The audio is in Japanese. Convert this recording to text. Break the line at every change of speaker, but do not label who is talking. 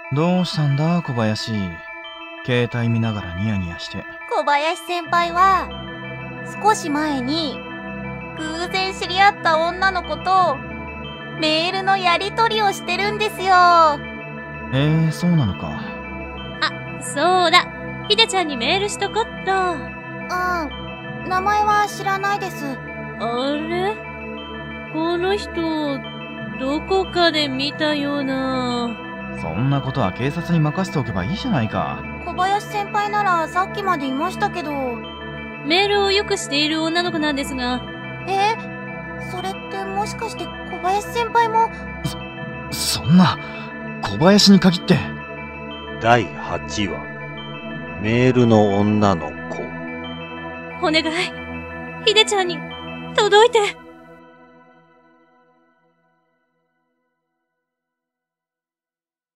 どうしたんだ小林。携帯見ながらニヤニヤして。
小林先輩は少し前に偶然知り合った女の子とメールのやり取りをしてるんですよ。
そうなのか。
あ、そうだ。ひでちゃんにメールしとこっと。
名前は知らないです。
あれ？この人、どこかで見たような。
そんなことは警察に任せておけばいいじゃないか。
小林先輩ならさっきまでいましたけど。
メールをよくしている女の子なんですが。
それってもしかして小林先輩も。
そんな、小林に限って。
第8話、メールの女の子。
お願い、ひでちゃんに届いて。